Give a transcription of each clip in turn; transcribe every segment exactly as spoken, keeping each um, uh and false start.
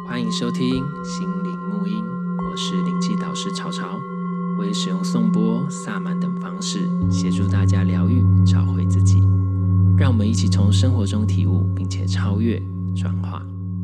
欢迎收听心灵牧音，我是灵气导师潮潮，我会使用颂钵、萨满等方式协助大家疗愈、找回自己。让我们一起从生活中体悟，并且超越、转化。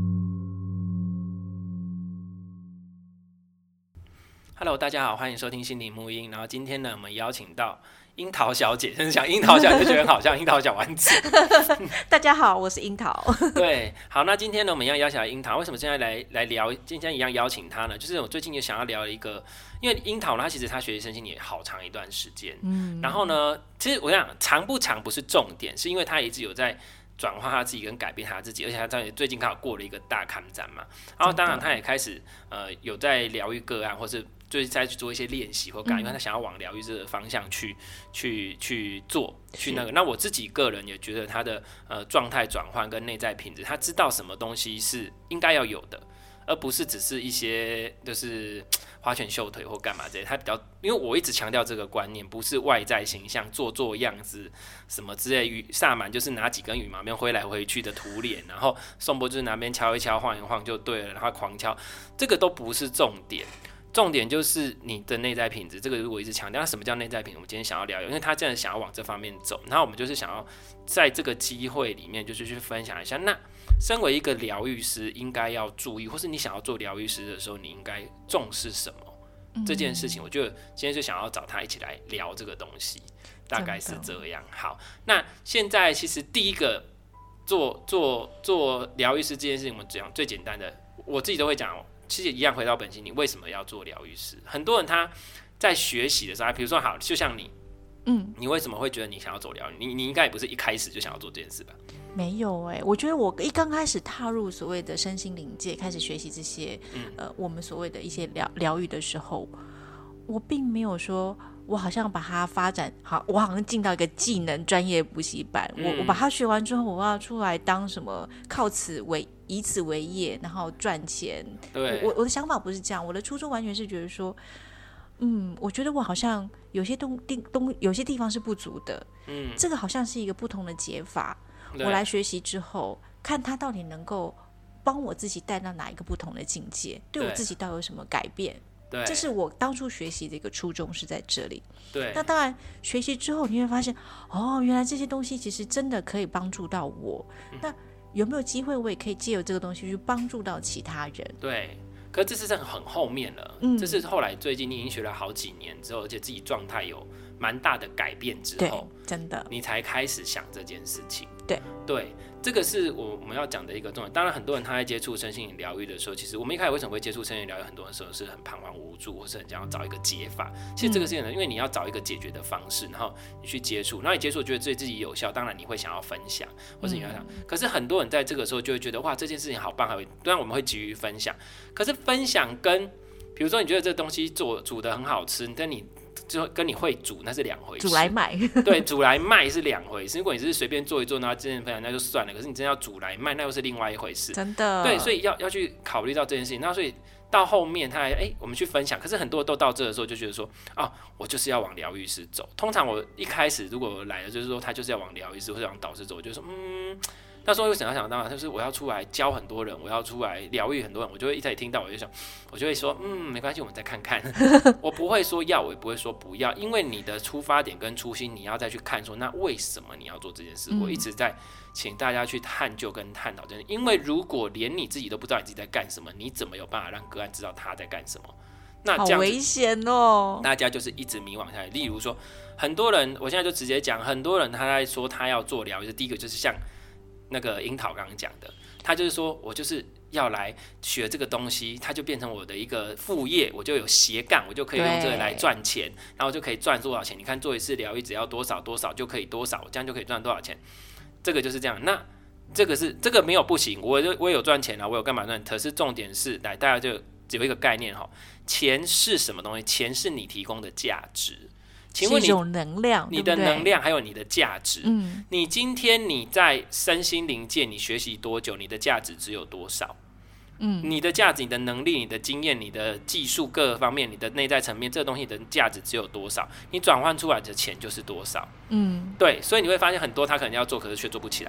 Hello， 大家好，欢迎收听心灵牧音。然后今天呢，我们邀请到樱桃小姐，真的想樱桃小姐就觉得很好像樱桃小丸子。 大家好，我是樱桃。 对，好，那今天呢，我们一样邀请来樱桃。为什么现在来来聊？今天一样邀请她呢？就是我最近也想要聊一个，因为樱桃呢，她其实她学习身心也好长一段时间。嗯，然后呢，其实我想长不长不是重点，是因为她一直有在转化他自己跟改变他自己，而且他最近刚好过了一个大抗战嘛，然后当然他也开始呃有在疗愈个案，或是就是在做一些练习或改，因为他想要往疗愈这个方向去去去做去那个。那我自己个人也觉得他的呃状态转换跟内在品质，他知道什么东西是应该要有的，而不是只是一些就是花拳绣腿或干嘛之类的。他比较，因为我一直强调这个观念，不是外在形象做做样子什么之类。萨满就是拿几根羽毛面挥来挥去的涂脸，然后颂钵就是拿边敲一敲、晃一晃就对了，然后狂敲，这个都不是重点。重点就是你的内在品质，这个是我一直强调。那什么叫内在品质？我们今天想要聊，因为他真的想要往这方面走，然后我们就是想要在这个机会里面，就是去分享一下。那身为一个疗愈师，应该要注意，或是你想要做疗愈师的时候，你应该重视什么？嗯、这件事情，我觉得今天就想要找他一起来聊这个东西，大概是这样。好，那现在其实第一个做做做疗愈师这件事情，我们讲最简单的，我自己都会讲。其实一样回到本心，你为什么要做疗愈师？很多人他在学习的时候，比如说好，就像你，嗯，你为什么会觉得你想要走疗愈？你你应该也不是一开始就想要做这件事吧？ 没有哎、欸，我觉得我一刚开始踏入所谓的身心灵界，开始学习这些，嗯、呃，我们所谓的一些疗疗愈的时候，我并没有说。我好像把它发展好，我好像进到一个技能专业补习班，嗯、我我把它学完之后，我要出来当什么，靠此为以此为业，然后赚钱。 对， 我我的想法不是这样，我的初衷完全是觉得说，嗯，我觉得我好像有些东地东有些地方是不足的，嗯，这个好像是一个不同的解法。我来学习之后，看它到底能够帮我自己带到哪一个不同的境界，对我自己到底有什么改变。 对，这是我当初学习的一个初衷是在这里。 对， 那当然学习之后你会发现，哦，原来这些东西其实真的可以帮助到我。嗯、那有没有机会我也可以借由这个东西去帮助到其他人？ 对，可是这是很后面了，嗯、这是后来最近你已经学了好几年之后，而且自己状态有蛮大的改变之后， 真的， 你才开始想这件事情。 对对，这个是我们要讲的一个重点。当然，很多人他在接触身心灵疗愈的时候，其实我们一开始为什么会接触身心灵疗愈，很多人时候是很彷徨无助，或是很想要找一个解法。其实这个事情呢，因为你要找一个解决的方式，然后你去接触，然后你接触觉得对自己有效，当然你会想要分享，或是你要想。嗯、可是很多人在这个时候就会觉得，哇，这件事情好棒，还会当然我们会急于分享。可是分享跟，比如说你觉得这个东西做煮得很好吃，但你就跟你会煮那是两回事， 煮来卖对，煮来卖是两回事。如果你只是随便做一做，然后之前分享那就算了。可是你真的要煮来卖，那又是另外一回事。 真的， 对，所以要要去考虑到这件事情。那所以到后面他还哎、欸，我们去分享。可是很多都到这的时候就觉得说，啊，我就是要往疗愈师走。通常我一开始如果来了，就是说他就是要往疗愈师或者往导师走，我就说嗯。那时候为什么要想到，就是我要出来教很多人，我要出来疗愈很多人，我就会一开始听到我就想，我就会说，嗯，没关系，我们再看看。我不会说要，我也不会说不要，因为你的出发点跟初心，你要再去看说，那为什么你要做这件事？嗯、我一直在请大家去探究跟探讨这件事，因为如果连你自己都不知道你自己在干什么，你怎么有办法让个案知道他在干什么？那这样好危险哦！ 大家就是一直迷惘下来。例如说，很多人，我现在就直接讲，很多人他在说他要做疗愈，第一个就是像。那个樱桃刚刚讲的，他就是说我就是要来学这个东西，它就变成我的一个副业，我就有斜杠，我就可以用这个来赚钱，然后就可以赚多少钱？你看做一次疗愈只要多少多少就可以多少，这样就可以赚多少钱？这个就是这样。那这个是这个没有不行，我我也有赚钱啊，我有干嘛赚？可是重点是，来大家就有一个概念哈，钱是什么东西？钱是你提供的价值。请问你是一种能量， 你的能量还有你的价值。嗯，你今天你在身心灵界你学习多久？你的价值只有多少？嗯，你的价值、你的能力、你的经验、你的技术各个方面、你的内在层面，这个东西的价值只有多少？你转换出来的钱就是多少。嗯，对，所以你会发现很多他可能要做，可是却做不起来。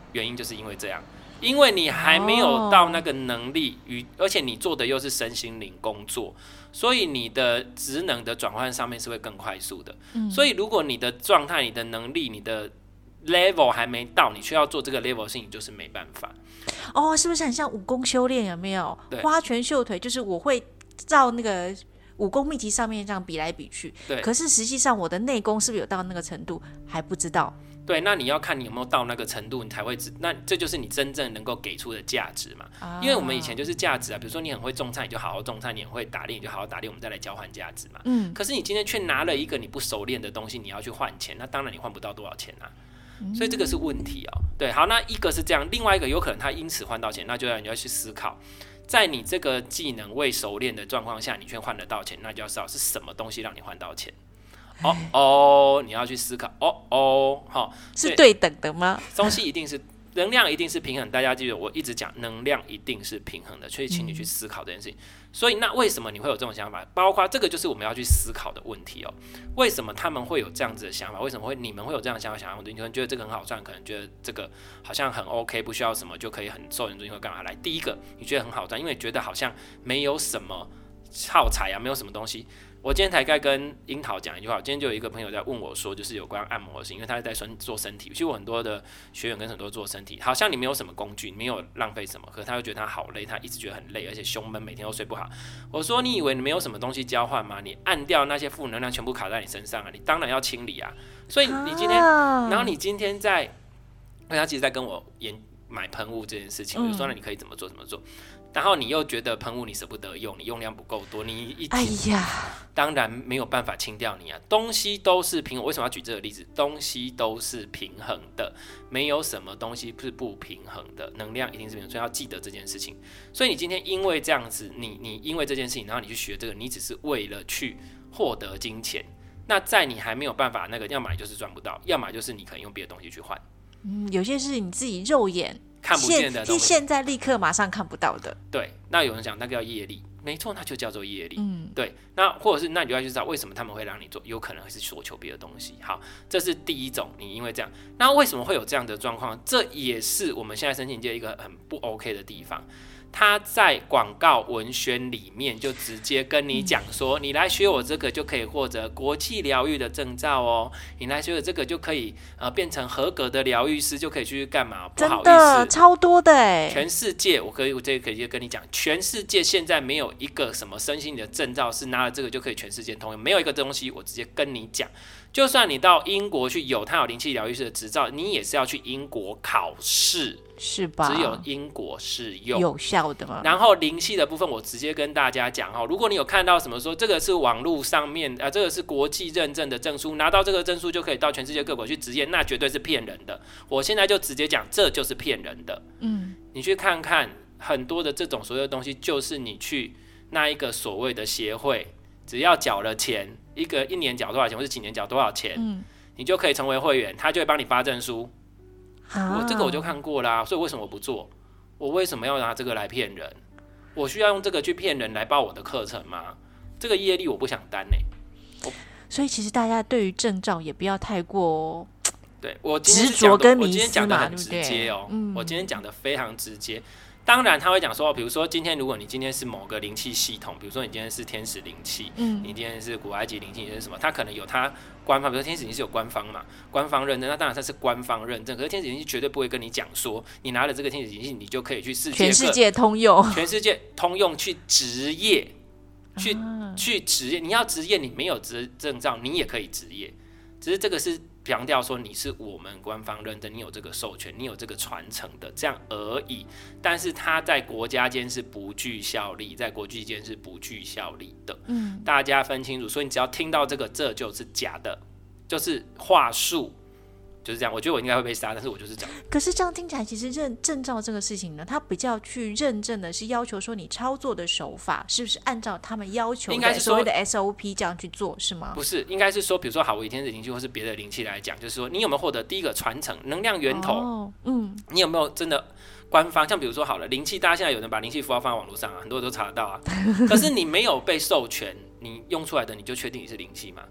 原因就是因为这样，因为你还没有到那个能力，与而且你做的又是身心灵工作，所以你的职能的转换上面是会更快速的。嗯、所以如果你的状态、你的能力、你的 level 还没到，你却要做这个 level 的事情，就是没办法。 哦，是不是很像武功修炼？有没有花拳绣腿？就是我会照那个武功秘籍上面这样比来比去，对。可是实际上我的内功是不是有到那个程度还不知道。 对，那你要看你有没有到那个程度，你才会知。那这就是你真正能够给出的价值嘛。啊、因为我们以前就是价值啊，比如说你很会种菜，你就好好种菜；你很会打猎，你就好好打猎，我们再来交换价值嘛。嗯。可是你今天却拿了一个你不熟练的东西，你要去换钱，那当然你换不到多少钱啊。所以这个是问题哦。对，好，那一个是这样，另外一个有可能他因此换到钱，那就要你要去思考。在你这个技能未熟练的状况下，你却换得到钱，那就要知道是什么东西让你换到钱。哦哦，你要去思考。哦哦，好， 是对等的吗？ 东西一定是能量，一定是平衡。大家记得我一直讲，能量一定是平衡的，所以请你去思考这件事情。嗯、所以那为什么你会有这种想法？包括这个就是我们要去思考的问题哦。为什么他们会有这样子的想法？为什么会你们会有这样的想法？想法，你可能觉得这个很好赚，可能觉得这个好像很 OK， 不需要什么就可以很受人尊敬，会干嘛来？第一个，你觉得很好赚，因为觉得好像没有什么耗材啊，没有什么东西。我今天才该跟樱桃讲一句话，今天就有一个朋友在问我说，就是有关按摩的事情，因为他在做身体。其实我很多的学员跟很多做身体，好像你没有什么工具，你没有浪费什么，可是他又觉得他好累，他一直觉得很累，而且胸闷，每天都睡不好。我说你以为你没有什么东西交换吗？你按掉那些负能量全部卡在你身上啊，你当然要清理啊。所以你今天，然后你今天在，他其实在跟我研买喷雾这件事情，我就说那你可以怎么做怎么做。然后你又觉得喷雾你舍不得用，你用量不够多，你一哎呀， 当然没有办法清掉你啊。东西都是平衡，为什么要举这个例子？东西都是平衡的，没有什么东西是不平衡的，能量一定是平衡，所以要记得这件事情。所以你今天因为这样子，你你因为这件事情，然后你去学这个，你只是为了去获得金钱。那在你还没有办法那个，要买就是赚不到，要买就是你可能用别的东西去换。 嗯，有些是你自己肉眼看不见的东西， 现在立刻马上看不到的。 对，那有人讲那个叫业力，没错，那就叫做业力。嗯，对，那或者是那你就要去知道为什么他们会让你做，有可能是所求别的东西。好，这是第一种，你因为这样，那为什么会有这样的状况？这也是我们现在申请界一个很不 OK 的地方。他在广告文宣里面就直接跟你讲说，你来学我这个就可以获得国际疗愈的证照哦，你来学我这个就可以呃变成合格的疗愈师，就可以去干嘛？不好意思， 真的超多的哎！ 全世界我可以我这可以跟你讲，全世界现在没有一个什么身心的证照是拿了这个就可以全世界通用，没有一个东西，我直接跟你讲。就算你到英国去有他有灵气疗愈师的执照，你也是要去英国考试， 是吧？ 只有英国适用， 有效的吗？ 然后灵气的部分，我直接跟大家讲哦，如果你有看到什么说这个是网络上面啊、呃，这个是国际认证的证书，拿到这个证书就可以到全世界各国去执业，那绝对是骗人的。我现在就直接讲，这就是骗人的。嗯，你去看看很多的这种所有的东西，就是你去那一个所谓的协会，只要缴了钱。一个一年缴多少钱，或是几年缴多少钱、嗯，你就可以成为会员，他就会帮你发证书。我这个我就看过啦，所以为什么我不做？我为什么要拿这个来骗人？我需要用这个去骗人来报我的课程吗？这个业力我不想担呢、欸。 所以其实大家对于证照也不要太过对我执着跟迷思嘛，对不对？我今天讲的很直接哦、嗯，我今天讲的非常直接。当然他会讲说，比如说今天如果你今天是某个灵气系统，比如说你今天是天使灵气，嗯，你今天是古埃及灵气，你是什么？他可能有他官方，比如说天使灵气是有官方嘛，官方认证，那当然它是官方认证。可是天使灵气绝对不会跟你讲说，你拿了这个天使灵气，你就可以去世界全世界通用， 全世界通用去执业，去、啊、去执业。你要执业，你没有执证照，你也可以执业，只是这个是。强调说你是我们官方认证，你有这个授权，你有这个传承的，这样而已。但是它在国家间是不具效力，在国际间是不具效力的。嗯，大家分清楚。所以你只要听到这个，这就是假的，就是话术，就是这样。我觉得我应该会被杀，但是我就是这样。 可是这样听起来，其实认证照这个事情呢，它比较去认证的是要求说你操作的手法是不是按照他们要求的所谓的 S O P 这样去做，是吗？ 不是，应该是说，比如说好，我以天使灵气或是别的灵气来讲，就是说你有没有获得第一个传承能量源头？哦、嗯，你有没有真的官方？像比如说好了，灵气，大家现在有人把灵气符号放在网络上啊，很多人都查得到啊。可是你没有被授权，你用出来的你就确定你是灵气吗？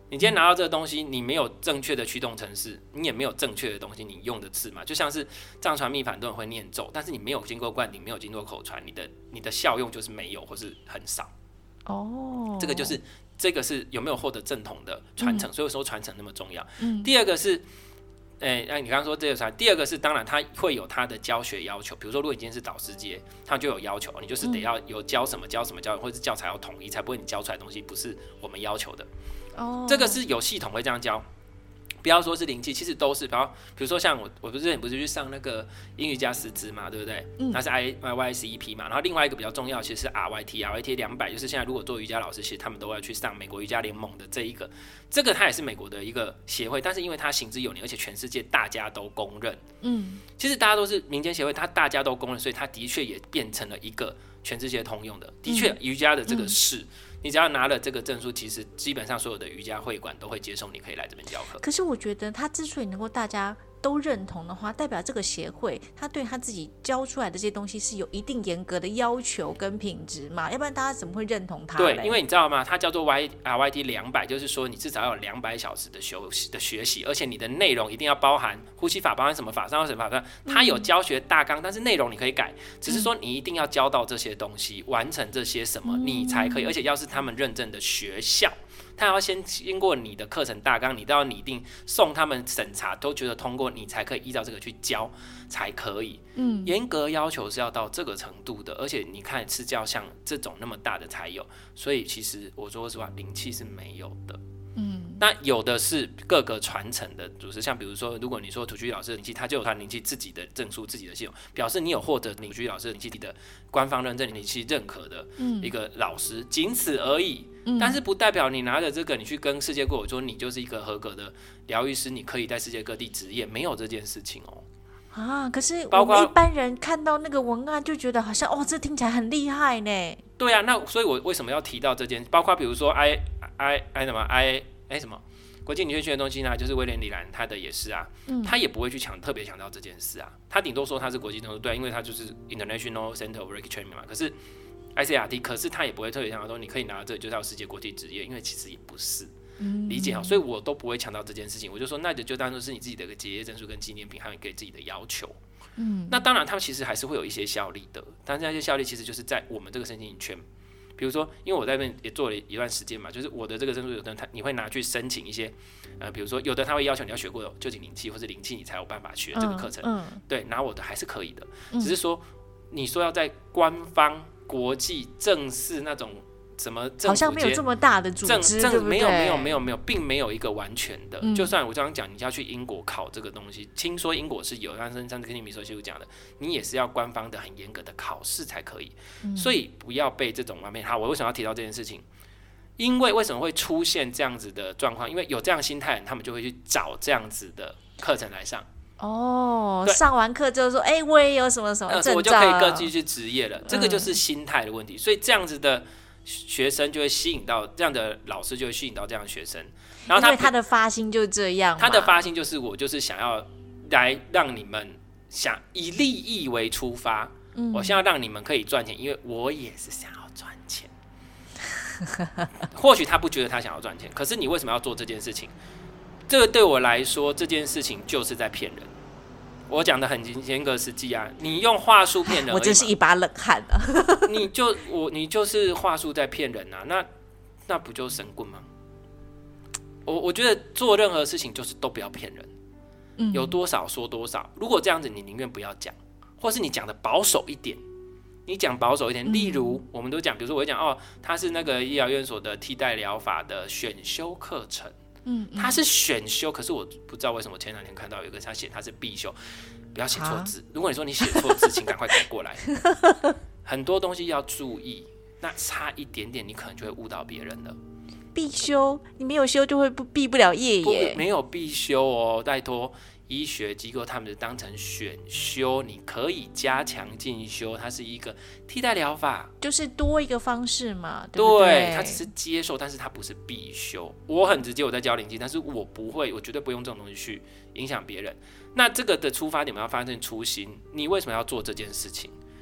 你今天拿到这个东西，你没有正确的驱动程式，你也没有正确的东西，你用的字嘛，就像是藏传密法，很多人会念咒，但是你没有经过灌顶，没有经过口传，你的你的效用就是没有或是很少。 哦， 这个就是这个是有没有获得正统的传承，嗯、所以说传承那么重要。 嗯、 第二个是。哎、欸，你刚刚说这个传，第二个是当然他会有他的教学要求，比如说如果你今天是导师阶，他就有要求，你就是得要有教什么教什么教，或者是教材要统一，才不会你教出来的东西不是我们要求的。 哦，这个是有系统会这样教。不要说是灵气，其实都是，比如说像我，我不是不是去上那个英语加师资嘛，对不对？嗯，那是 I Y C E P 嘛，然后另外一个比较重要，其实是 R Y T，R Y T 两百，就是现在如果做瑜伽老师，其实他们都要去上美国瑜伽联盟的这一个，这个它也是美国的一个协会，但是因为它行之有年，而且全世界大家都公认， 嗯， 其实大家都是民间协会，它大家都公认，所以它的确也变成了一个全世界通用的，的确瑜伽的这个事。嗯你只要拿了这个证书，其实基本上所有的瑜伽会馆都会接受你可以来这边教课。 可是我觉得他之所以能够大家都认同的话，代表这个协会他对他自己教出来的这些东西是有一定严格的要求跟品质嘛，要不然大家怎么会认同他？ 对，因为你知道吗？它叫做 Y R Y T 两百，就是说你至少要有两百小时的修的学习，而且你的内容一定要包含呼吸法，包含什么法，上什么法，它有教学大纲，但是内容你可以改，只是说你一定要教到这些东西，完成这些什么，你才可以，而且要是他们认证的学校。他要先经过你的课程大纲，你都要拟定，送他们审查，都觉得通过，你才可以依照这个去教，才可以。嗯，严格要求是要到这个程度的，而且你看赐教像这种那么大的才有，所以其实我说实话，灵气是没有的。嗯，那有的是各个传承的组织，像比如说，如果你说土居老师的灵气，他就有他灵气自己的证书、自己的系统，表示你有获得土居老师的灵气的官方认证、灵气认可的一个老师，仅此而已。但是不代表你拿着这个，你去跟世界各国说你就是一个合格的疗愈师，你可以在世界各地执业，没有这件事情哦。 啊，可是我们一般人看到那个文案就觉得好像哦，这听起来很厉害呢。 对啊，那所以我为什么要提到这件？包括比如说 I I I 什么 I 哎什么国际女学圈的东西呢？就是威廉里兰他的也是啊，嗯、他也不会去强特别强调这件事啊，他顶多说他是国际证书，对，因为他就是 International Center of Reiki Training 嘛，可是。I C R T， 可是他也不会特别强调说你可以拿到这里就是要世界国际职业，因为其实也不是，嗯、理解好，所以我都不会强调这件事情。我就说，那就当做是你自己的一个结业证书跟纪念品，还有你给自己的要求。嗯，那当然，他们其实还是会有一些效力的，但是那些效力其实就是在我们这个申请圈，比如说，因为我在那边也做了一段时间嘛，就是我的这个证书，有的他你会拿去申请一些，呃，比如说有的他会要求你要学过究竟灵气或是灵气，你才有办法学这个课程。嗯，嗯对，拿我的还是可以的，只是说你说要在官方。国际正式那种什么政府好像没有这么大的组织，对不对？ 没有没有没有没有，并没有一个完全的。嗯、就算我刚刚讲，你要去英国考这个东西，听说英国是有，但是上次跟你米索西鲁讲的，你也是要官方的很严格的考试才可以。嗯、所以不要被这种完美。好，我为什么要提到这件事情？因为为什么会出现这样子的状况？因为有这样心态，他们就会去找这样子的课程来上。 哦，上完课之后说，哎、欸，我也有什么什么证照、啊， 我就可以各继续职业了。这个就是心态的问题，嗯、所以这样子的学生就会吸引到这样的老师，就会吸引到这样的学生。然后他因为他的发心就是这样， 他的发心就是我就是想要来让你们想以利益为出发，嗯、我想要让你们可以赚钱，因为我也是想要赚钱。或许他不觉得他想要赚钱，可是你为什么要做这件事情？这个对我来说，这件事情就是在骗人。我讲的很严格实际啊，你用话术骗人而已嘛， 我真是一把冷汗啊！ 你就我你就是话术在骗人啊，那那不就神棍吗？我我觉得做任何事情就是都不要骗人，嗯、有多少说多少。如果这样子，你宁愿不要讲，或是你讲的保守一点。你讲保守一点，例如我们都讲，比如说我讲哦，它是那个医疗院所的替代疗法的选修课程。嗯，它是选修，可是我不知道为什么前两天看到有一个他写他是必修，不要写错字。如果你说你写错字，请赶快改过来。很多东西要注意，那差一点点，你可能就会误导别人了。 必修，你没有修就会不毕不了业耶。 没有必修哦，拜托。医学机构他们就当成选修，你可以加强进修，它是一个替代疗法， 就是多一个方式嘛，对不对？ 对，它只是接受，但是它不是必修。我很直接，我在教灵气，但是我不会，我绝对不用这种东西去影响别人。那这个的出发点，我们要发现初心，你为什么要做这件事情？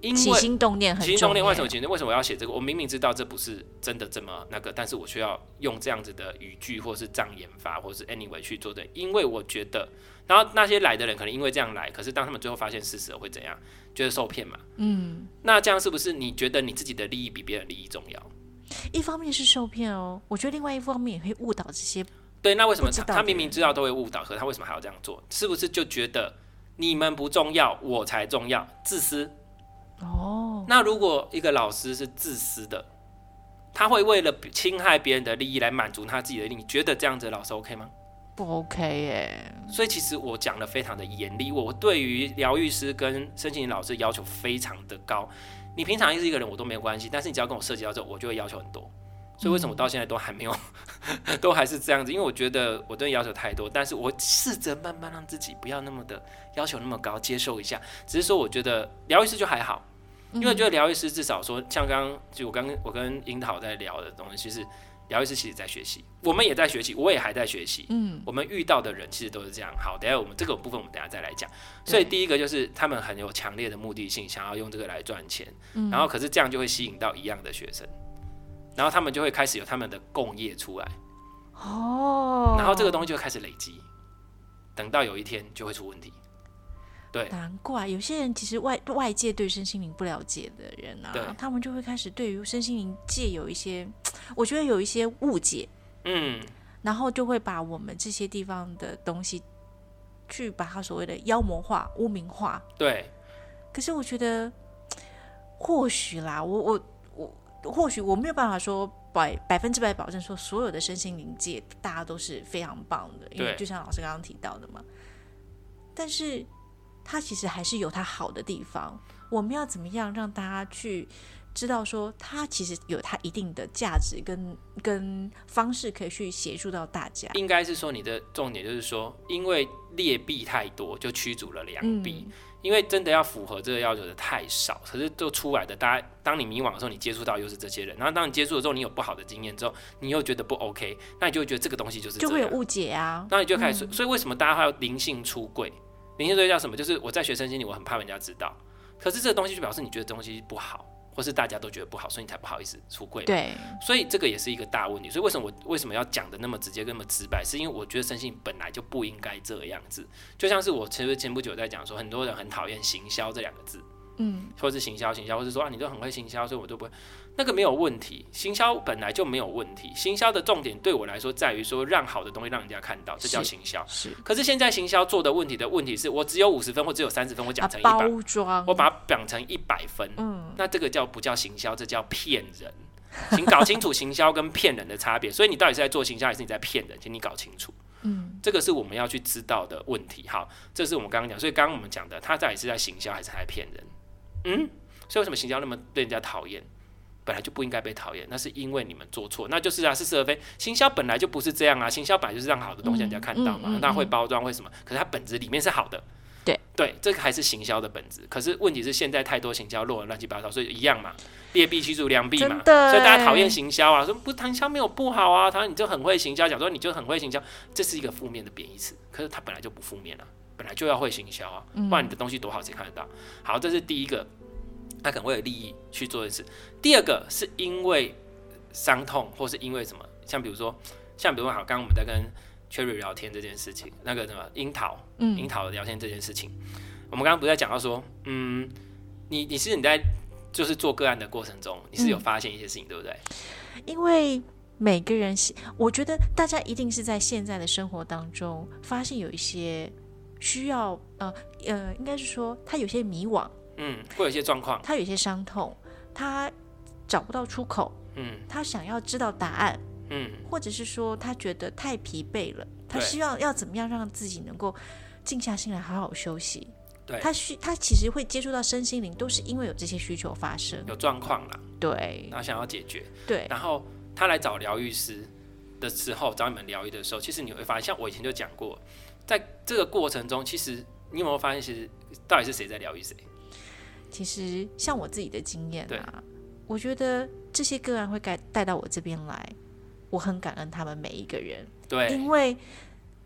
因为起心动念很重要。 起心动念为什么？为什么我要写这个？我明明知道这不是真的这么那个，但是我需要用这样子的语句，或是障眼法，或是 anyway 去做的，因为我觉得，然后那些来的人可能因为这样来，可是当他们最后发现事实了会怎样？觉得受骗嘛。嗯，那这样是不是你觉得你自己的利益比别人利益重要？ 一方面是受骗哦，我觉得另外一方面也会误导这些。 对，那为什么 他, 他明明知道都会误导，可是他为什么还要这样做？是不是就觉得你们不重要，我才重要，自私？哦，那如果一个老师是自私的，他会为了侵害别人的利益来满足他自己的利益，你觉得这样子的老师 OK 吗？ 不 OK 耶。 所以其实我讲的非常的严厉，我对于疗愈师跟身心灵老师要求非常的高。你平常是一个人我都没有关系，但是你只要跟我涉及到这，我就会要求很多。所以为什么我到现在都还没有，都还是这样子？因为我觉得我对你要求太多，但是我试着慢慢让自己不要那么的要求那么高，接受一下。只是说我觉得疗愈师就还好，因为我觉得疗愈师至少说，像刚刚就我刚我跟樱桃在聊的东西，其实疗愈师其实在学习，我们也在学习，我也还在学习。嗯，我们遇到的人其实都是这样。好，等一下我们这个部分我们等一下再来讲。所以第一个就是他们很有强烈的目的性，想要用这个来赚钱，嗯、然后可是这样就会吸引到一样的学生。然后他们就会开始有他们的共业出来，哦，然后这个东西就会开始累积，等到有一天就会出问题。对， 难怪有些人其实 外, 外界对身心灵不了解的人啊，他们就会开始对于身心灵界有一些，我觉得有一些误解，嗯，然后就会把我们这些地方的东西去把它所谓的妖魔化、污名化。 对， 可是我觉得或许啦，我我我。或许我没有办法说百百分之百保证说所有的身心灵界大家都是非常棒的，因为就像老师刚刚提到的嘛。但是它其实还是有它好的地方，我们要怎么样让大家去知道说它其实有它一定的价值跟跟方式可以去协助到大家。 应该是说你的重点就是说，因为劣币太多就驱逐了良币。嗯，因为真的要符合这个要求的太少，可是就出来的，大家当你迷惘的时候，你接触到又是这些人，然后当你接触了之后，你有不好的经验之后，你又觉得不 OK， 那你就会觉得这个东西就是这样， 就会有误解啊。 那你就开始，嗯、所以为什么大家还要灵性出柜？灵性出柜叫什么？就是我在学身心灵，我很怕人家知道，可是这个东西就表示你觉得这东西不好。或是大家都觉得不好，所以你才不好意思出柜。 对， 所以这个也是一个大问题。所以为什么我为什么要讲的那么直接、那么直白？是因为我觉得身心本来就不应该这样子。就像是我其实前不久在讲说，很多人很讨厌行销这两个字，嗯，或是行销、行销，或是说啊你都很会行销，所以我都不会。那个没有问题，行销本来就没有问题。行销的重点对我来说在于说，让好的东西让人家看到，这叫行销。 是。是可是现在行销做的问题的问题是我只有五十分或只有三十分，我讲成一百、啊， 包装， 我把它讲成一百分。嗯，那这个叫不叫行销？这叫骗人。请搞清楚行销跟骗人的差别。所以你到底是在做行销，还是你在骗人？请你搞清楚。嗯，这个是我们要去知道的问题。好，这是我们刚刚讲。所以刚刚我们讲的，他到底是在行销还是在骗人？嗯，所以为什么行销那么被人家讨厌？本来就不应该被讨厌，那是因为你们做错，那就是啊，是是而非。行销本来就不是这样啊，行销本来就是让好的东西人家看到嘛，嗯嗯嗯嗯、那会包装会什么？可是它本质里面是好的， 对对，这个还是行销的本质。可是问题是现在太多行销落得乱七八糟，所以一样嘛，劣币驱逐良币嘛，所以大家讨厌行销啊，说不行销没有不好啊，他你就很会行销，讲说你就很会行销，这是一个负面的贬义词，可是它本来就不负面啊，本来就要会行销啊，不然你的东西多好谁看得到？好，这是第一个。他可能为了利益去做的事。第二个是因为伤痛，或是因为什么？像比如说，像比如说，好，刚刚我们在跟 Cherry 聊天这件事情，那个什么樱桃，樱桃聊天这件事情，我们刚刚不是在讲到说，嗯，你你是你在就是做个案的过程中，你是有发现一些事情，嗯、对不对？ 因为每个人，我觉得大家一定是在现在的生活当中发现有一些需要，呃呃，应该是说他有些迷惘。 嗯，会有一些状况， 他有一些伤痛，他找不到出口，嗯，他想要知道答案，嗯，或者是说他觉得太疲惫了，他希望要怎么样让自己能够静下心来好好休息。 对， 他需他其实会接触到身心灵，都是因为有这些需求发生， 有状况啦， 对， 然后想要解决， 对， 然后他来找疗愈师的时候，找你们疗愈的时候，其实你会发现，像我以前就讲过，在这个过程中，其实你有没有发现，其实到底是谁在疗愈谁？ 其实像我自己的经验啊，我觉得这些个案会带到我这边来，我很感恩他们每一个人。 对， 因为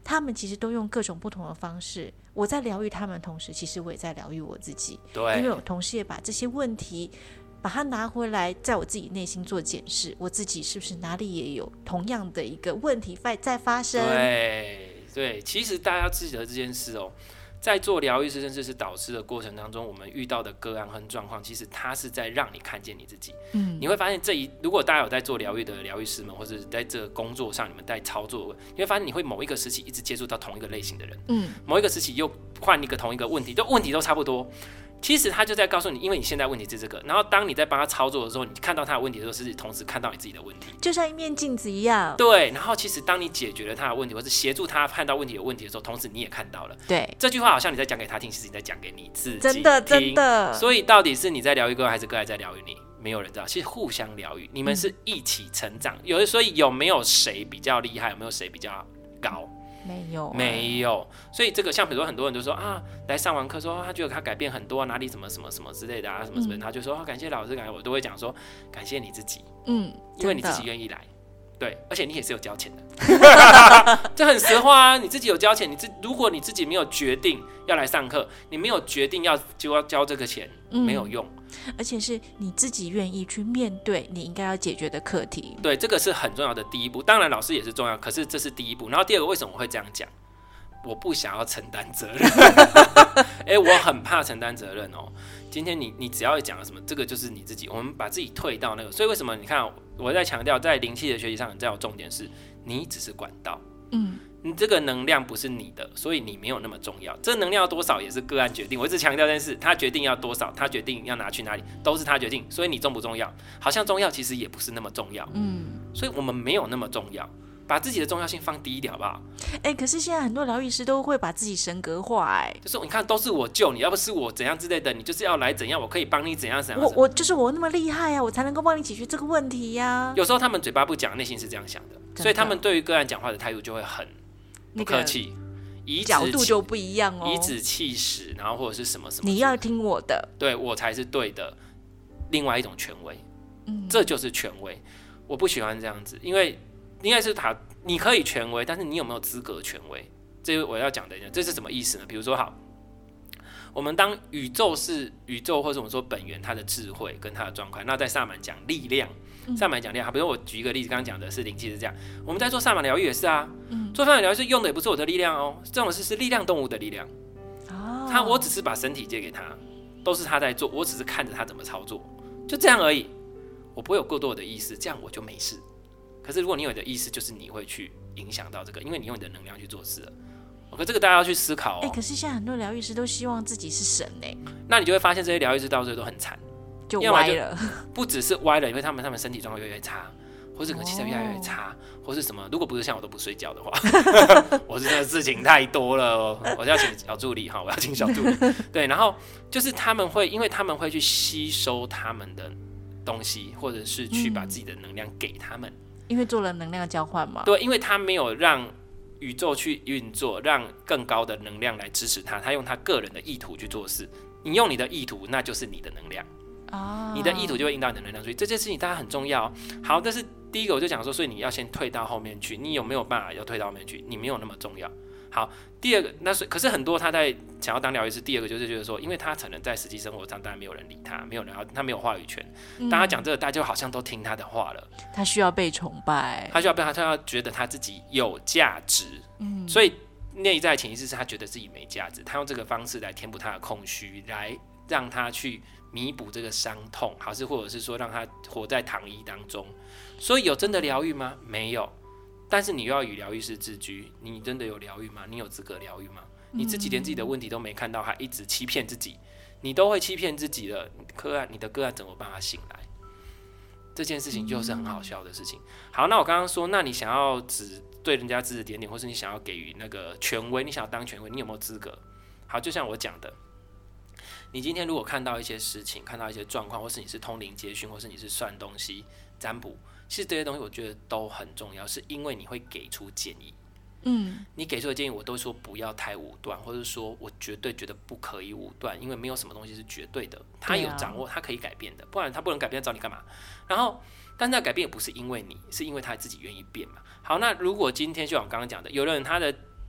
他们其实都用各种不同的方式，我在疗愈他们的同时，其实我也在疗愈我自己。 对， 因为我同时也把这些问题把它拿回来，在我自己内心做检视，我自己是不是哪里也有同样的一个问题在发生。 对对，其实大家要记得这件事哦，在做疗愈师甚至是导师的过程当中，我们遇到的个案和状况，其实它是在让你看见你自己。嗯，你会发现这一，如果大家有在做疗愈的疗愈师们，或者在这个工作上你们在操作，你会发现你会某一个时期一直接触到同一个类型的人，嗯，某一个时期又换一个同一个问题，就问题都差不多。其实他就在告诉你，因为你现在问题是这个，然后当你在帮他操作的时候，你看到他的问题的时候，是同时看到你自己的问题， 就像一面镜子一样。 对，然后其实当你解决了他的问题，或是协助他看到问题有问题的时候，同时你也看到了。 对， 这句话好像你在讲给他听，其实你在讲给你自己听。 真的真的。 所以到底是你在疗愈个案，还是个案在疗愈你？没有人知道，其实互相疗愈，你们是一起成长。有的，所以有没有谁比较厉害？有没有谁比较高？ 没有， 没有，所以这个像比如说很多人都说啊，来上完课说、啊、他觉得他改变很多、啊，哪里什么什么什么之类的啊，什么什么，嗯、他就说、啊、感谢老师，感谢我都会讲说感谢你自己，嗯，因为你自己愿意来，对，而且你也是有交钱的，这很实话啊，你自己有交钱，你自如果你自己没有决定要来上课，你没有决定要就要交这个钱，嗯、没有用。 而且是你自己愿意去面对你应该要解决的课题， 对，这个是很重要的第一步。当然老师也是重要，可是这是第一步。然后第二个，为什么我会这样讲？我不想要承担责任，哎、欸，我很怕承担责任哦。今天你你只要讲什么，这个就是你自己，我们把自己退到那个。所以为什么你看我在强调，在灵气的学习上，你知道有重点是，你只是管道，嗯。你这个能量不是你的，所以你没有那么重要。这个能量要多少也是个案决定。我一直强调这件事，他决定要多少，他决定要拿去哪里，都是他决定。所以你重不重要？好像重要，其实也不是那么重要。嗯，所以我们没有那么重要，把自己的重要性放低一点，好不好？ 哎、欸，可是现在很多疗愈师都会把自己神格化、欸，哎， 就是你看，都是我救你，要不是我怎样之类的，你就是要来怎样，我可以帮你怎样怎样。 我我就是我那么厉害啊，我才能够帮你解决这个问题呀、啊。 有时候他们嘴巴不讲，内心是这样想的，所以他们对于个案讲话的态度就会很。不客气， 那个、角度就不一样哦， 颐指气使，然后或者是什么什么， 你要听我的， 对我才是对的。另外一种权威，嗯，这就是权威。我不喜欢这样子，因为应该是他，你可以权威，但是你有没有资格权威？这是我要讲的，这是什么意思呢？比如说，好，我们当宇宙是宇宙，或者我们说本源它的智慧跟它的状况，那在萨满讲力量。萨满讲力量，比如我举一个例子，刚刚讲的是灵气是这样，我们在做萨满疗愈也是啊，嗯、做萨满疗愈是用的也不是我的力量哦，这种事是力量动物的力量，哦，他我只是把身体借给他，都是他在做，我只是看着他怎么操作，就这样而已，我不会有过多的意识，这样我就没事。可是如果你有你的意识，就是你会去影响到这个，因为你用你的能量去做事了。可这个大家要去思考哦。 哎、欸，可是现在很多疗愈师都希望自己是神哎， 那你就会发现这些疗愈师到最后都很惨。 就歪了， 不只是歪了，因为他们他们身体状况越来越差，或是可能气色越来越差，或是什么。如果不是像我都不睡觉的话，我是真的事情太多了、哦，我要请小助理哈，我要请小助理。对，然后就是他们会，因为他们会去吸收他们的东西，或者是去把自己的能量给他们， 嗯、因为做了能量交换嘛。 对，因为他没有让宇宙去运作，让更高的能量来支持他，他用他个人的意图去做事。你用你的意图，那就是你的能量。Oh. 你的意图就会引导你的能量，所以这件事情大家很重要。好，但是第一个我就讲说，所以你要先退到后面去，你有没有办法要退到后面去？你没有那么重要。好，第二个，那是可是很多他在想要当疗愈师，第二个就是觉得说，因为他可能在实际生活上当然没有人理他，没有人，他没有话语权。嗯、当他讲这个，大家就好像都听他的话了。 他需要被崇拜， 他需要被他，他要觉得他自己有价值。嗯，所以内在潜意识是他觉得自己没价值，他用这个方式来填补他的空虚，来让他去弥补这个伤痛，还是或者是说让他活在糖衣当中。所以有真的疗愈吗？没有。但是你又要与疗愈师自居，你真的有疗愈吗？你有资格疗愈吗？你自己连自己的问题都没看到，还一直欺骗自己，你都会欺骗自己了。个案，你的个案怎么办法醒来？这件事情就是很好笑的事情。好，那我刚刚说，那你想要指对人家指指点点，或是你想要给予那个权威，你想要当权威，你有没有资格？好，就像我讲的。你今天如果看到一些事情，看到一些状况，或是你是通灵接讯，或是你是算东西、占卜，其实这些东西我觉得都很重要，是因为你会给出建议。嗯，你给出的建议，我都说不要太武断，或者说我绝对觉得不可以武断，因为没有什么东西是绝对的，它有掌握，它可以改变的，不然它不能改变，找你干嘛？然后，但是它改变也不是因为你，是因为他自己愿意变嘛。好，那如果今天就像我刚刚讲的，有的人他的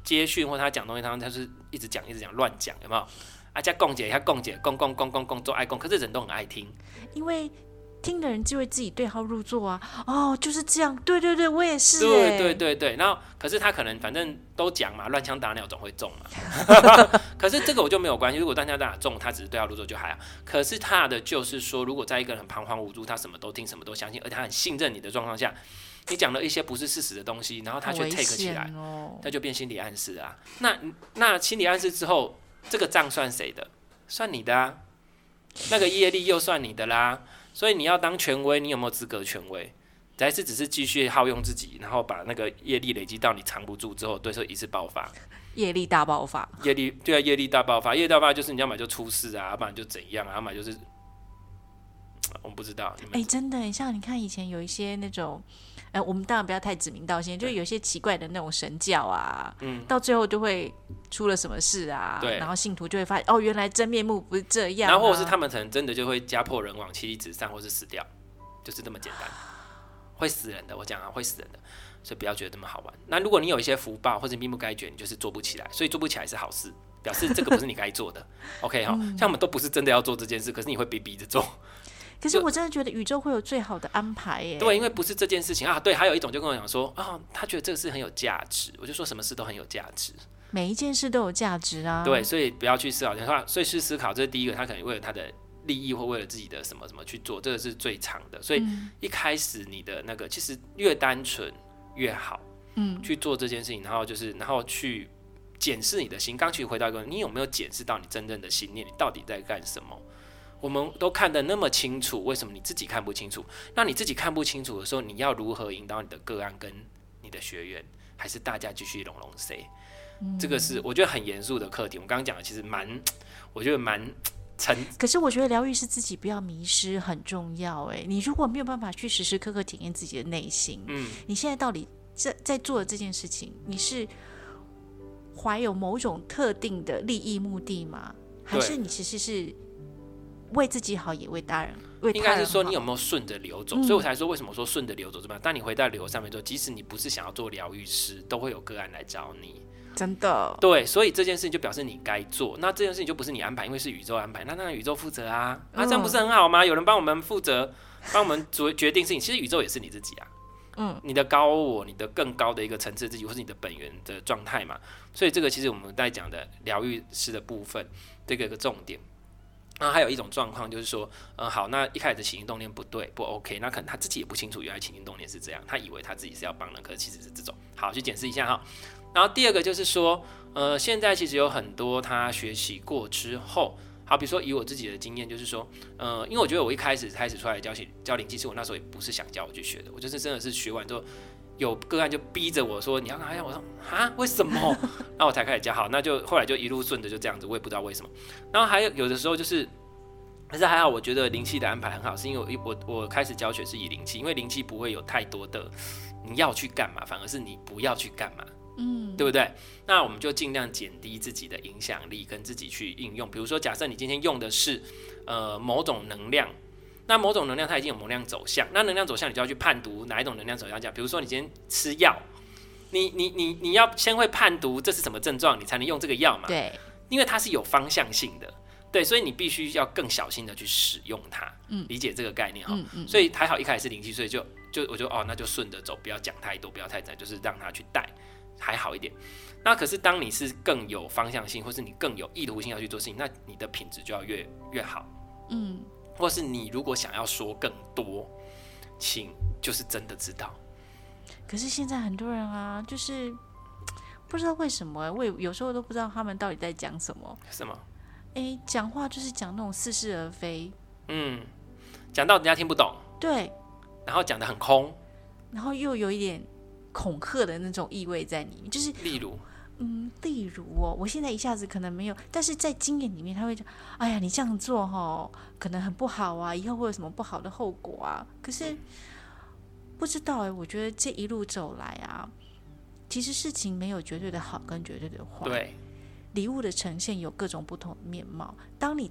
接讯或他讲东西，他他是一直讲一直讲乱讲，有没有？啊，加共姐，他共姐，共共共共共做爱共，可是人都很爱听， 因为听的人就会自己对号入座啊。哦，就是这样，对对对，我也是。 对对对对，然后可是他可能反正都讲嘛，乱枪打鸟总会中嘛。可是这个我就没有关系，如果乱枪打鸟中，他只是对号入座就还好。可是他的就是说，如果在一个人很彷徨无助，他什么都听，什么都相信，而且他很信任你的状况下，你讲了一些不是事实的东西，然后他却 take 起来， 哦、 他就变心理暗示啊。那那心理暗示之后，这个账算谁的？算你的啊。那个业力又算你的啦。所以你要当权威，你有没有资格权威？还是只是继续耗用自己，然后把那个业力累积到你藏不住之后，对手一次爆发， 业力大爆发。 业力对啊，业力大爆发，业力大爆发就是你要么就出事啊，要不然就怎样啊，要么就是我不知道。 哎、欸，真的，像你看以前有一些那种，呃，我们当然不要太指名道姓，就有一些奇怪的那种神教啊，嗯，到最后就会出了什么事啊，对，然后信徒就会发现，哦，原来真面目不是这样、啊， 然后或者是他们可能真的就会家破人亡、妻离子散，或是死掉，就是这么简单，会死人的，我讲啊，会死人的，所以不要觉得这么好玩。那如果你有一些福报或者命不该绝，你就是做不起来，所以做不起来是好事，表示这个不是你该做的。OK 哈、嗯，像我们都不是真的要做这件事，可是你会被逼着做。 可是我真的觉得宇宙会有最好的安排耶。 对，因为不是这件事情啊。对，还有一种就跟我讲说啊、哦，他觉得这个事很有价值，我就说什么事都很有价值， 每一件事都有价值啊。 对，所以不要去思考，所以是思考，这是第一个，他可能为了他的利益或为了自己的什么什么去做，这个是最长的。所以一开始你的那个其实越单纯越好，嗯，去做这件事情，然后就是然后去检视你的心。刚去回到一个，你有没有检视到你真正的心念，你到底在干什么？我们都看得那么清楚，为什么你自己看不清楚？那你自己看不清楚的时候，你要如何引导你的个案跟你的学员，还是大家继续拢拢 say？、嗯、这个是我觉得很严肃的课题。我们刚刚讲的其实蛮，我觉得蛮沉。 可是我觉得疗愈是自己不要迷失很重要。哎，你如果没有办法去时时刻刻体验自己的内心，嗯，你现在到底在在做的这件事情，你是怀有某种特定的利益目的吗？还是你其实是为自己好，也为大人，为他人好。 应该是说你有没有顺着流走、嗯，所以我才说为什么说顺着流走这么。当你回到流上面之后，即使你不是想要做疗愈师，都会有个案来找你。 真的。 对，所以这件事情就表示你该做，那这件事情就不是你安排，因为是宇宙安排，那让宇宙负责啊，那、嗯啊、这样不是很好吗？有人帮我们负责，帮我们决定事情，其实宇宙也是你自己啊。嗯，你的高我，你的更高的一个层次自己，或是你的本源的状态嘛。所以这个其实我们在讲的疗愈师的部分，这个有个重点。那还有一种状况就是说，嗯，好，那一开始的起心动念不对，不 OK， 那可能他自己也不清楚，原来起心动念是这样，他以为他自己是要帮人，可是其实是这种。好，去检视一下哈。然后第二个就是说，呃，现在其实有很多他学习过之后，好，比如说以我自己的经验，就是说，呃，因为我觉得我一开始开始出来教教灵气，其实我那时候也不是想教我去学的，我就是真的是学完之后。有个案就逼着我说你要干嘛？我说啊，为什么？然后我才开始教。好，那就后来就一路顺着就这样子，我也不知道为什么。然后还有有的时候就是，但是还好，我觉得灵气的安排很好，是因为我我我开始教学是以灵气，因为灵气不会有太多的你要去干嘛，反而是你不要去干嘛，嗯，对不对？那我们就尽量减低自己的影响力，跟自己去应用。比如说，假设你今天用的是呃某种能量。那某种能量它已经有能量走向，那能量走向你就要去判读哪一种能量走向讲。比如说你今天吃药，你你你你要先会判读这是什么症状，你才能用这个药嘛？ 对， 因为它是有方向性的，对，所以你必须要更小心的去使用它，嗯，理解这个概念哈、嗯嗯。所以还好一开始是灵气，所以就就我就哦那就顺着走，不要讲太多，不要太窄，就是让它去带，还好一点。那可是当你是更有方向性，或是你更有意图性要去做事情，那你的品质就要越越好，嗯。或是你如果想要说更多，请就是真的知道。 可是现在很多人啊，就是不知道为什么，我有时候都不知道他们到底在讲什么。 什么？ 哎，讲话就是讲那种似是而非。 嗯，讲到人家听不懂。 对。 然后讲得很空， 然后又有一点恐吓的那种意味在里面，就是例如。 嗯，例如哦，我现在一下子可能没有，但是在经验里面，他会讲，哎呀，你这样做哈，可能很不好啊，以后会有什么不好的后果啊。可是不知道哎，我觉得这一路走来啊，其实事情没有绝对的好跟绝对的坏。 对， 礼物的呈现有各种不同的面貌。当你在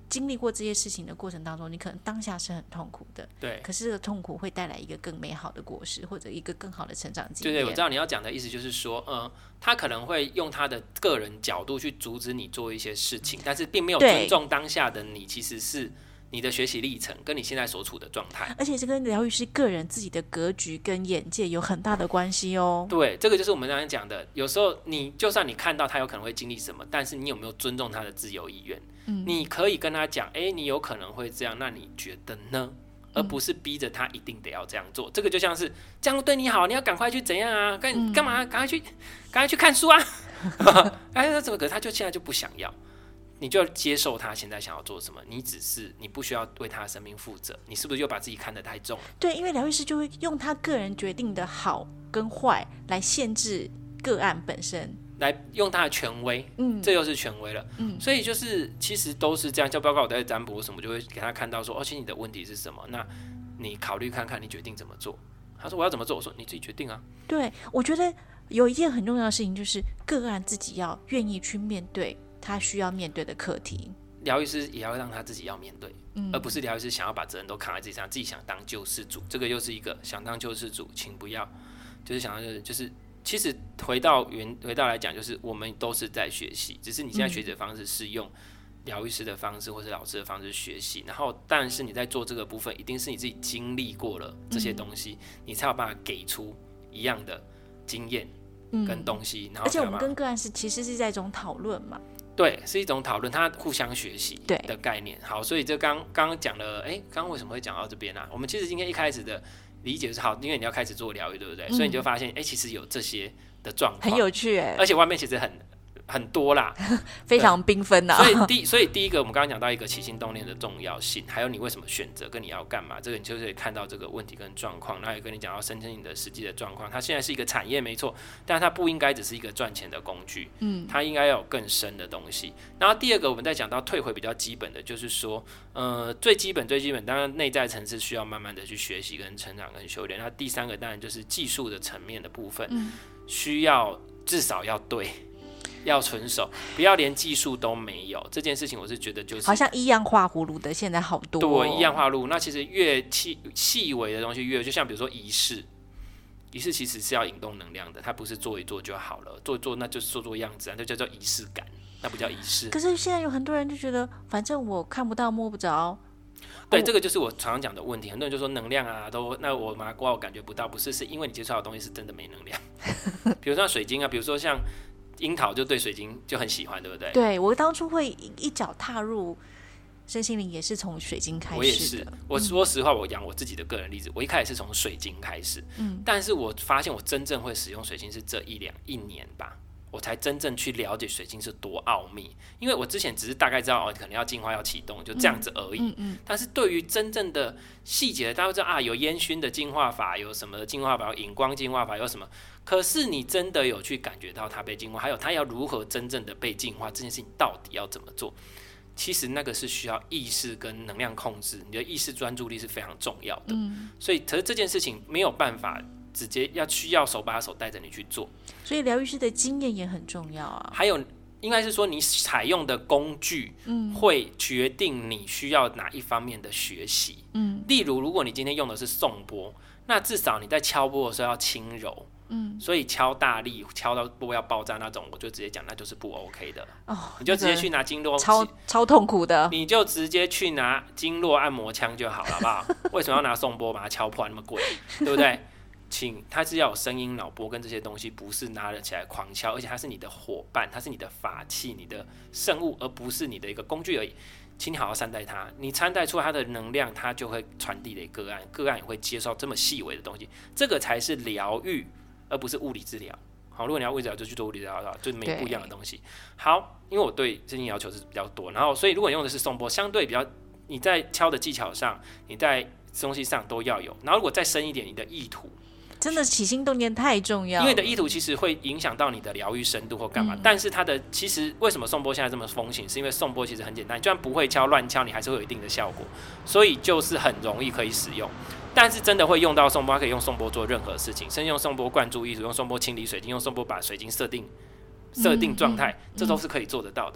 经历过这些事情的过程当中，你可能当下是很痛苦的， 对， 可是这个痛苦会带来一个更美好的果实，或者一个更好的成长经验。 对对，我知道你要讲的意思就是说，呃，他可能会用他的个人角度去阻止你做一些事情，但是并没有尊重当下的你，其实是你的学习历程跟你现在所处的状态， 而且这跟疗愈师个人自己的格局跟眼界有很大的关系哦。 对，这个就是我们刚才讲的，有时候你就算你看到他有可能会经历什么，但是你有没有尊重他的自由意愿？嗯，你可以跟他讲，哎，你有可能会这样，那你觉得呢？而不是逼着他一定得要这样做。这个就像是这样对你好，你要赶快去怎样啊？干干嘛？赶快去，赶快去看书啊！哎，那怎么？可是他就现在就不想要。你就要接受他现在想要做什么，你只是你不需要为他的生命负责，你是不是又把自己看得太重了？ 对，因为疗愈师就会用他个人决定的好跟坏来限制个案本身， 来用他的权威，嗯，这又是权威了，嗯，所以就是其实都是这样，就包括我在占卜什么，就会给他看到说，哦，其实你的问题是什么？那你考虑看看，你决定怎么做。他说我要怎么做？我说你自己决定啊。 对，我觉得有一件很重要的事情就是个案自己要愿意去面对他需要面对的课题， 疗愈师也要让他自己要面对，嗯、而不是疗愈师想要把责任都扛在自己身上，自己想当救世主。这个又是一个想当救世主，请不要，就是想要就是，其实回到原回到来讲，就是我们都是在学习，只是你现在学习的方式是用疗愈师的方式或是老师的方式学习，然后但是你在做这个部分，一定是你自己经历过了这些东西，嗯、你才有办法给出一样的经验跟东西，嗯、然后而且我们跟个案是其实是在一种讨论嘛。 对，是一种讨论，它互相学习的概念。好，所以这刚刚讲了，哎，刚刚为什么会讲到这边啊？我们其实今天一开始的理解是好，因为你要开始做疗愈，对不对？嗯、所以你就发现，哎，其实有这些的状况， 很有趣哎， 而且外面其实很很多啦， 非常缤纷啊。 所以第所以第一个，我们刚刚讲到一个起心动念的重要性，还有你为什么选择跟你要干嘛，这个你就可以看到这个问题跟状况，然后也跟你讲到深圳的实际的状况。它现在是一个产业没错，但它不应该只是一个赚钱的工具，嗯，它应该要有更深的东西。然后第二个，我们再讲到退回比较基本的，就是说，呃，最基本最基本，当然内在层次需要慢慢的去学习跟成长跟修炼。那第三个当然就是技术的层面的部分，嗯、需要至少要对。要纯熟，不要连技术都没有。这件事情我是觉得就是好像一样画葫芦的，现在好多、哦。 对，一样画葫芦。那其实越细细微的东西越，就像比如说仪式，仪式其实是要引动能量的，它不是做一做就好了，做一做那就是做做样子啊，那就叫做仪式感，那不叫仪式。 可是现在有很多人就觉得，反正我看不到摸不着。 对，这个就是我常常讲的问题。很多人就说能量啊，都那我麻瓜我感觉不到，不是，是因为你接触到的东西是真的没能量。比如说像水晶啊，比如说像。樱桃就对水晶就很喜欢，对不对？ 对，我当初会一脚踏入身心灵，也是从水晶开始的。 我也是，我说实话，我讲我自己的个人例子，我一开始是从水晶开始，嗯，但是我发现我真正会使用水晶是这一两一年吧，我才真正去了解水晶是多奥秘。因为我之前只是大概知道哦，可能要进化要启动，就这样子而已。嗯嗯嗯、但是对于真正的细节，大家都知道啊，有烟熏的净化法，有什么净化法，有荧光净化法，有什么？可是你真的有去感觉到它被净化，还有它要如何真正的被净化，这件事情到底要怎么做？其实那个是需要意识跟能量控制，你的意识专注力是非常重要的。嗯、所以，可是这件事情没有办法直接要需要手把手带着你去做。 所以疗愈师的经验也很重要啊。 还有，应该是说你采用的工具会决定你需要哪一方面的学习。嗯、例如，如果你今天用的是颂钵，那至少你在敲钵的时候要轻柔。嗯，所以敲大力敲到钵要爆炸那种，我就直接讲那就是不 OK 的。哦，你就直接去拿经络， 超超痛苦的。 你就直接去拿经络按摩枪就好了，好不好？为什么要拿颂钵把它敲破那么贵？对不对？请它是要有声音脑波跟这些东西，不是拿了起来狂敲，而且它是你的伙伴，它是你的法器、你的圣物，而不是你的一个工具而已。请你好好善待它，你善待出它的能量，它就会传递给个案，个案也会接受这么细微的东西，这个才是疗愈。而不是物理治疗。好，如果你要物理治疗，就去做物理治疗，就没不一样的东西。好，因为我对身心要求是比较多，然后所以如果你用的是颂钵，相对比较你在敲的技巧上，你在东西上都要有。然后如果再深一点，你的意图。 真的起心动念太重要了， 因为你的意图其实会影响到你的疗愈深度或干嘛。嗯、但是它的其实为什么颂钵现在这么风行，是因为颂钵其实很简单，你就算不会敲乱敲，你还是会有一定的效果，所以就是很容易可以使用。但是真的会用到颂钵，可以用颂钵做任何事情，甚至用颂钵灌注意图，用颂钵清理水晶，用颂钵把水晶设定设定状态，嗯嗯、这都是可以做得到的。好，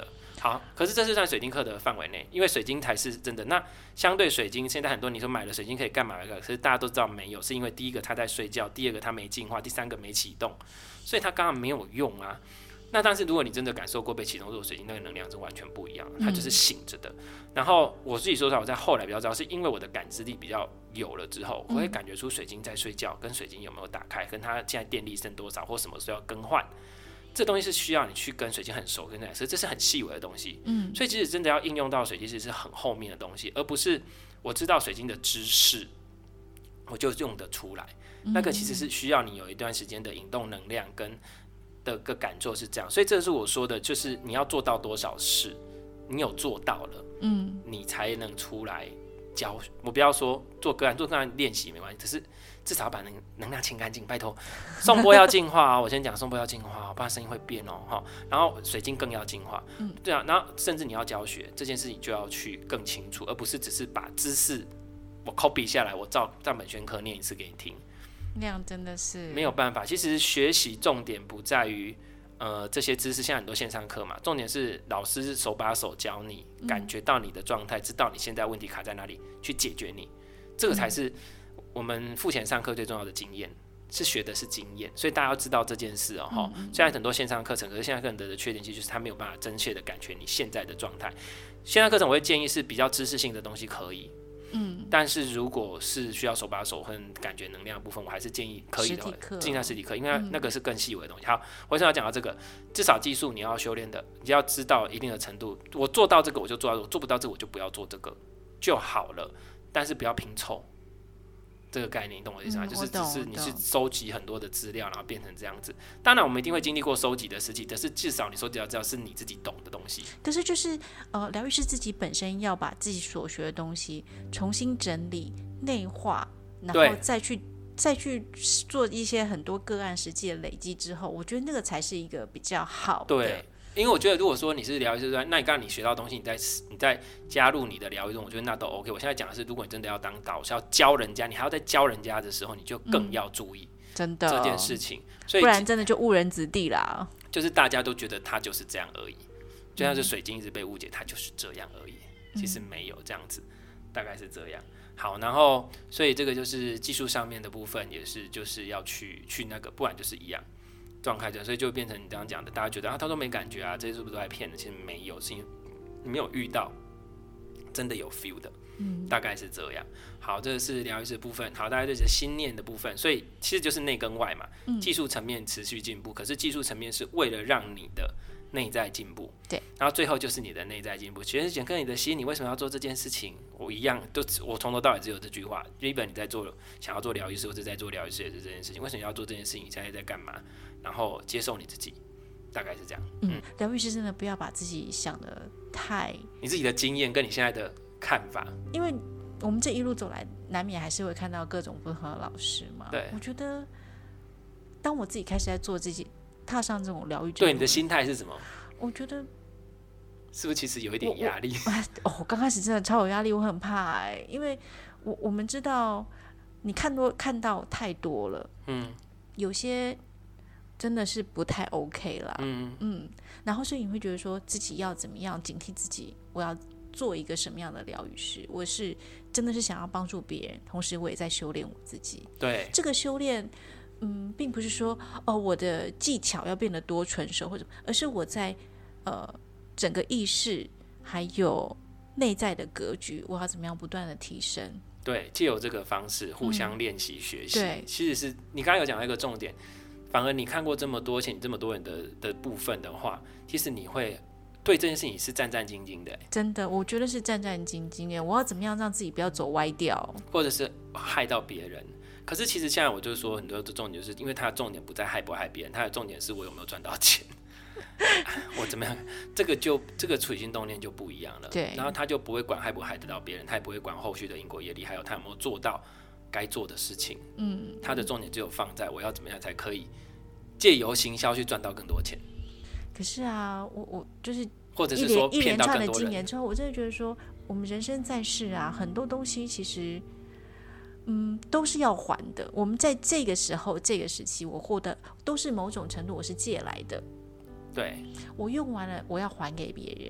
好，可是这是算水晶课的范围内，因为水晶才是真的。那相对水晶，现在很多你说买了水晶可以干嘛？可是大家都知道没有，是因为第一个它在睡觉，第二个它没进化，第三个没启动，所以它刚刚没有用啊。那但是如果你真的感受过被启动，这个水晶那个能量是完全不一样的，它就是醒着的。嗯、然后我自己说实话，我在后来比较知道，是因为我的感知力比较有了之后，我会感觉出水晶在睡觉，跟水晶有没有打开，跟它现在电力剩多少，或什么时候要更换。这东西是需要你去跟水晶很熟，跟那所以这是很细微的东西。嗯，所以其实真的要应用到水晶，其实是很后面的东西，而不是我知道水晶的知识，我就用得出来。嗯、那个其实是需要你有一段时间的引动能量跟的个感受是这样。所以这是我说的，就是你要做到多少事，你有做到了，嗯，你才能出来教。我不要说做个案，做个案练习没关系，可是。至少把能能量清干净，拜托。颂钵要净化哦，我先讲颂钵要净化，不然声音会变哦。然后水晶更要净化，嗯，对啊。然后甚至你要教学这件事情就要去更清楚，而不是只是把知识我 copy 下来，我照照本宣科念一次给你听。 那样真的是没有办法。其实学习重点不在于呃这些知识，现在很多线上课嘛，重点是老师手把手教你，感觉到你的状态，知道你现在问题卡在哪里，去解决你，这个才是。我们付钱上课最重要的经验是学的是经验，所以大家要知道这件事哦。嗯嗯虽然很多线上课程，可是线上课程的缺点其实就是它没有办法真切的感觉你现在的状态。线上课程我会建议是比较知识性的东西可以，嗯，但是如果是需要手把手和感觉能量的部分，我还是建议可以的话尽在实体课，因为那个是更细微的东西。好，我为什么要讲到这个？至少技术你要修炼的，你要知道一定的程度。我做到这个我就做到，我做不到这个我就不要做这个就好了，但是不要拼凑。这个概念你懂我意思吗？嗯、就是只是你是收集很多的资料，然后变成这样子。当然，我们一定会经历过收集的时期，但是至少你收集到资料是你自己懂的东西。 可是就是呃，疗愈师自己本身要把自己所学的东西重新整理、内化，然后再去再去做一些很多个案实际的累积之后，我觉得那个才是一个比较好的。 对。因为我觉得，如果说你是疗愈师，那你刚刚你学到的东西，你再你再加入你的疗愈中，我觉得那都 OK。我现在讲的是，如果你真的要当导师，要教人家，你还要再教人家的时候，你就更要注意、嗯、真的这件事情，所以不然真的就误人子弟啦。 就是大家都觉得他就是这样而已，就像是水晶一直被误解，他就是这样而已，其实没有这样子，大概是这样。好，然后所以这个就是技术上面的部分，也是就是要去去那个，不然就是一样。状态，所以就变成你刚刚讲的，大家觉得啊，他都没感觉啊，这些是不是都在骗的？其实没有，是因为你没有遇到真的有 feel 的，嗯，大概是这样。好，这是疗愈师的部分。好，大家这是心念的部分，所以其实就是内跟外嘛。嗯、技术层面持续进步，可是技术层面是为了让你的内在进步， 对。 然后最后就是你的内在进步。其实讲跟你的心，你为什么要做这件事情？我一样，都我从头到尾只有这句话。基本你在做想要做疗愈师，或者在做疗愈师也是这件事情。为什么要做这件事情？你现在在干嘛？然后接受你自己，大概是这样。 嗯，疗愈师真的不要把自己想得太…… 你自己的经验跟你现在的看法， 因为我们这一路走来，难免还是会看到各种不同的老师嘛。 对， 我觉得当我自己开始在做自己，踏上这种疗愈， 对你的心态是什么？ 我觉得是不是其实有一点压力？ 哦，我刚开始真的超有压力，我很怕哎、欸，因为我我们知道你看多看到太多了，嗯，有些。真的是不太 OK 啦，嗯嗯，然后所以你会觉得说自己要怎么样警惕自己，我要做一个什么样的疗愈师？我是真的是想要帮助别人，同时我也在修炼我自己。 对， 这个修炼，嗯，并不是说哦我的技巧要变得多纯熟或者，而是我在呃整个意识还有内在的格局，我要怎么样不断的提升？ 对，藉由这个方式互相练习学习、 嗯。对， 其实是你刚刚有讲到一个重点。反而你看过这么多且你这么多人 的, 的部分的话，其实你会对这件事情是战战兢兢的、欸。 真的，我觉得是战战兢兢的。我要怎么样让自己不要走歪掉， 或者是害到别人？可是其实现在我就说很多的重点，就是因为它的重点不在害不害别人，它的重点是我有没有赚到钱。我怎么样？这个就这个起心动念就不一样了。 对， 然后他就不会管害不害得到别人，他也不会管后续的因果业力，还有他有没有做到该做的事情。嗯，他的重点只有放在我要怎么样才可以借由行销去赚到更多钱。 可是啊，我我就是或者是说一连串的经验之后，我真的觉得说，我们人生在世啊，很多东西其实，嗯，都是要还的。我们在这个时候、这个时期，我获得都是某种程度我是借来的。 对， 我用完了，我要还给别人。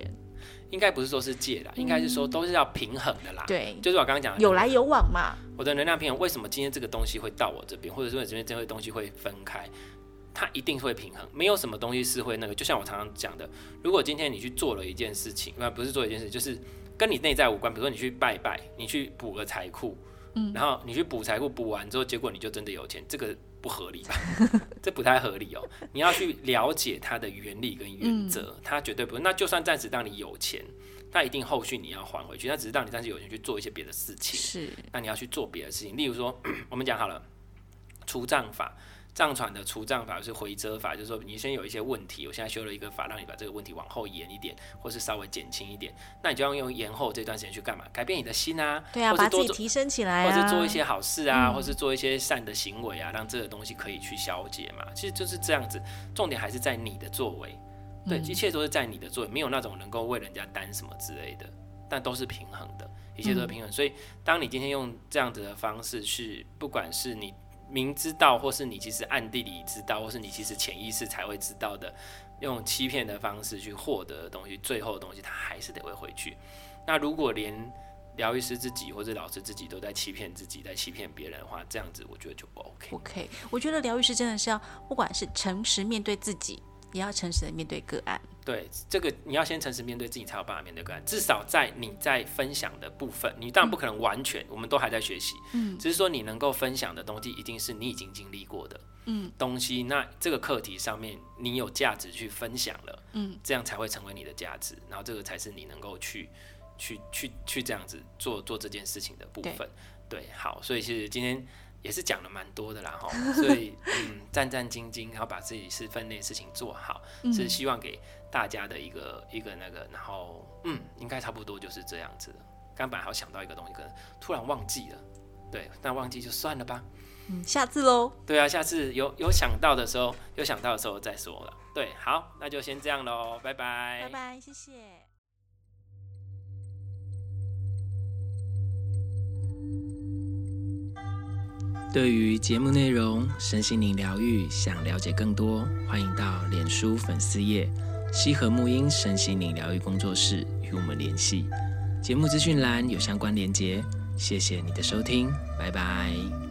应该不是说是借啦，应该是说都是要平衡的啦。 对， 就是我刚刚讲的有来有往嘛。 我的能量平衡，为什么今天这个东西会到我这边，或者说今天这个东西会分开？它一定会平衡，没有什么东西是会那个。就像我常常讲的，如果今天你去做了一件事情，不是做一件事，就是跟你内在无关。比如说你去拜拜，你去补个财库，嗯，然后你去补财库，补完之后，结果你就真的有钱，这个不合理吧？这不太合理哦。你要去了解它的原理跟原则，嗯、它绝对不是。那就算暂时让你有钱，那一定后续你要还回去。那只是让你暂时有钱去做一些别的事情。 是， 那你要去做别的事情，例如说，我们讲好了，除障法。藏传的除障法是回遮法，就是说你先有一些问题，我现在修了一个法，让你把这个问题往后延一点，或是稍微减轻一点，那你就要用延后这段时间去干嘛？改变你的心啊， 对啊，把自己提升起来啊， 或是做一些好事啊，嗯、或是做一些善的行为啊，让这个东西可以去消解嘛。其实就是这样子，重点还是在你的作为，对，嗯、一切都是在你的作为，没有那种能够为人家担什么之类的，但都是平衡的，一切都是平衡。嗯、所以，当你今天用这样子的方式去，不管是你明知道，或是你其实暗地里知道，或是你其实潜意识才会知道的，用欺骗的方式去获得的东西，最后的东西它还是得会回去。那如果连疗愈师自己或者老师自己都在欺骗自己，在欺骗别人的话，这样子我觉得就不 OK。 OK， 我觉得疗愈师真的是要，不管是诚实面对自己，也要诚实的面对个案。 对，这个你要先诚实面对自己，才有办法面对个案。至少在你在分享的部分，你当然不可能完全，嗯、我们都还在学习。嗯，只是说你能够分享的东西，一定是你已经经历过的东西。嗯、那这个课题上面，你有价值去分享了，嗯，这样才会成为你的价值。然后这个才是你能够去去去去这样子做做这件事情的部分。对，对好，所以其实今天也是讲了蛮多的啦，所以嗯，战战兢兢，然后把自己是分内的事情做好，嗯、是希望给大家的一个一个那个，然后嗯，应该差不多就是这样子的。刚本来还想到一个东西，可能突然忘记了，对，那忘记就算了吧。 嗯，下次喽。 对啊，下次有有想到的时候，有想到的时候再说了。对，好，那就先这样喽，拜拜。 拜拜，谢谢。 对于节目内容、身心灵疗愈，想了解更多，欢迎到脸书粉丝页西和沐音身心灵疗愈工作室与我们联系。节目资讯栏有相关连结。谢谢你的收听，拜拜。